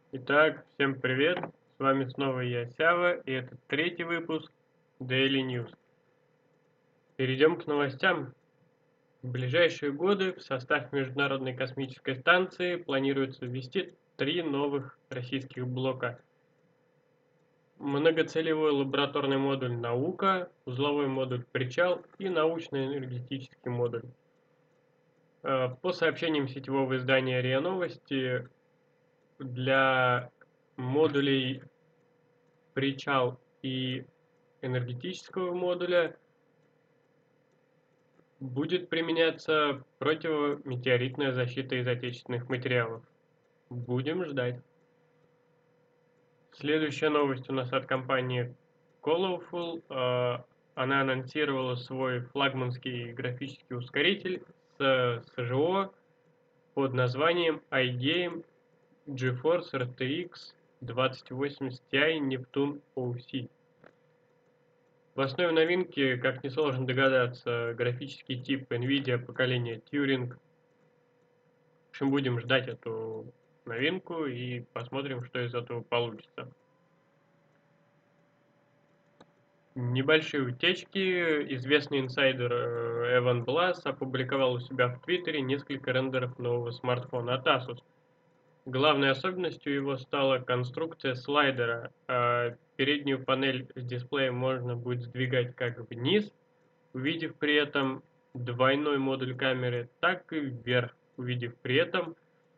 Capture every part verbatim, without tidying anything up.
Итак, всем привет! С вами снова я, Сява, и это третий выпуск Daily News. Перейдем к новостям. В ближайшие годы в состав Международной космической станции планируется ввести три новых российских блока. Многоцелевой лабораторный модуль «Наука», узловой модуль «Причал» и научно-энергетический модуль. По сообщениям сетевого издания РИА Новости, для модулей «Причал» и энергетического модуля будет применяться противометеоритная защита из отечественных материалов. Будем ждать. Следующая новость у нас от компании Colorful. Она анонсировала свой флагманский графический ускоритель с СЖО под названием iGame GeForce эр ти экс двадцать восемьдесят Ti Neptune о си. В основе новинки, как несложно догадаться, графический тип NVIDIA поколения Turing. В общем, будем ждать эту новинку и посмотрим, что из этого получится. Небольшие утечки. Известный инсайдер Эван Блас опубликовал у себя в Твиттере несколько рендеров нового смартфона от Asus. Главной особенностью его стала конструкция слайдера. Переднюю панель с дисплеем можно будет сдвигать как вниз, увидев при этом двойной модуль камеры, так и вверх, увидев при этом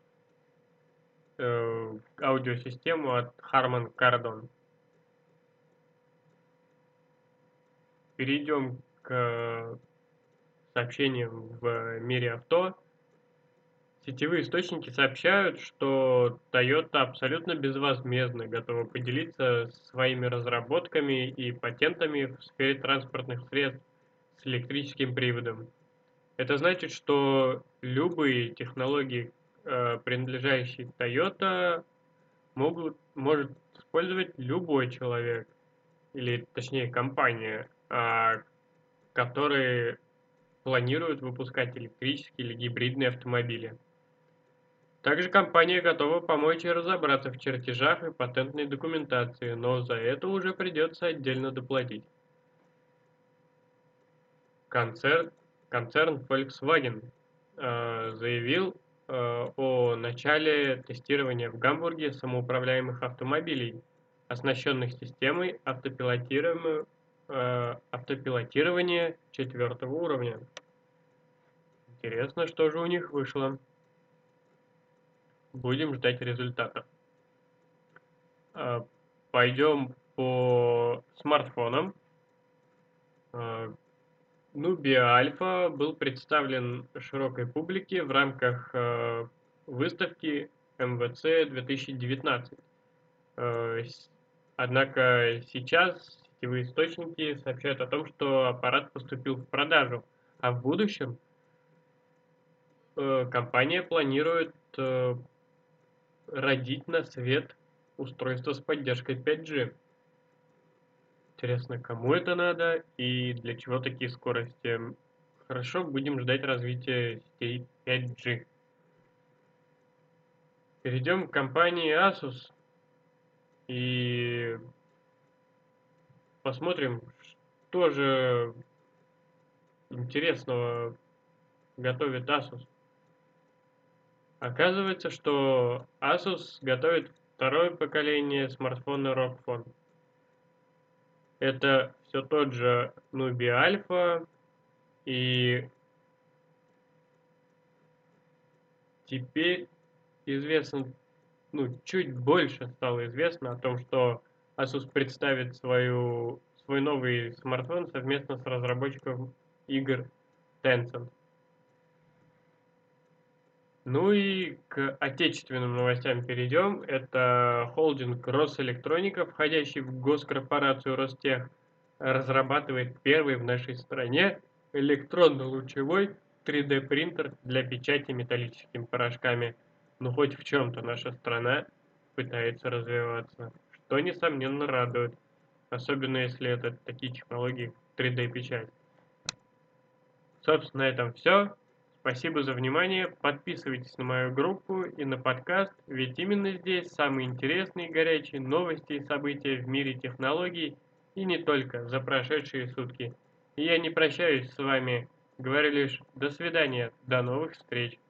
э, аудиосистему от Harman Kardon. Перейдем к сообщениям в мире авто. Сетевые источники сообщают, что Toyota абсолютно безвозмездно готова поделиться своими разработками и патентами в сфере транспортных средств с электрическим приводом. Это значит, что любые технологии, принадлежащие Toyota, могут, может использовать любой человек, или точнее компания, которые планируют выпускать электрические или гибридные автомобили. Также компания готова помочь и разобраться в чертежах и патентной документации, но за это уже придется отдельно доплатить. Концерн, концерн Volkswagen э, заявил э, о начале тестирования в Гамбурге самоуправляемых автомобилей, оснащенных системой автопилотируемого э, автопилотирования четвертого уровня. Интересно, что же у них вышло. Будем ждать результатов. Пойдем по смартфонам. Nubia Alpha был представлен широкой публике в рамках выставки эм вэ цэ две тысячи девятнадцать. Однако сейчас сетевые источники сообщают о том, что аппарат поступил в продажу, а в будущем компания планирует родить на свет устройство с поддержкой пять джи. Интересно, кому это надо и для чего такие скорости? Хорошо, будем ждать развития сетей пять джи. Перейдем к компании Asus и посмотрим, что же интересного готовит Asus. Оказывается, что Asus готовит второе поколение смартфона ROG Phone. Это все тот же Nubia Alpha, и теперь известно, ну, чуть больше стало известно о том, что Asus представит свою, свой новый смартфон совместно с разработчиком игр Tencent. Ну и к отечественным новостям перейдем. Это холдинг Росэлектроника, входящий в госкорпорацию Ростех, разрабатывает первый в нашей стране электронно-лучевой три дэ принтер для печати металлическими порошками. Ну хоть в чем-то наша страна пытается развиваться, что несомненно радует, особенно если это такие технологии три дэ печать. Собственно, на этом все. Спасибо за внимание, подписывайтесь на мою группу и на подкаст, ведь именно здесь самые интересные и горячие новости и события в мире технологий, и не только, за прошедшие сутки. И я не прощаюсь с вами, говорю лишь до свидания, до новых встреч.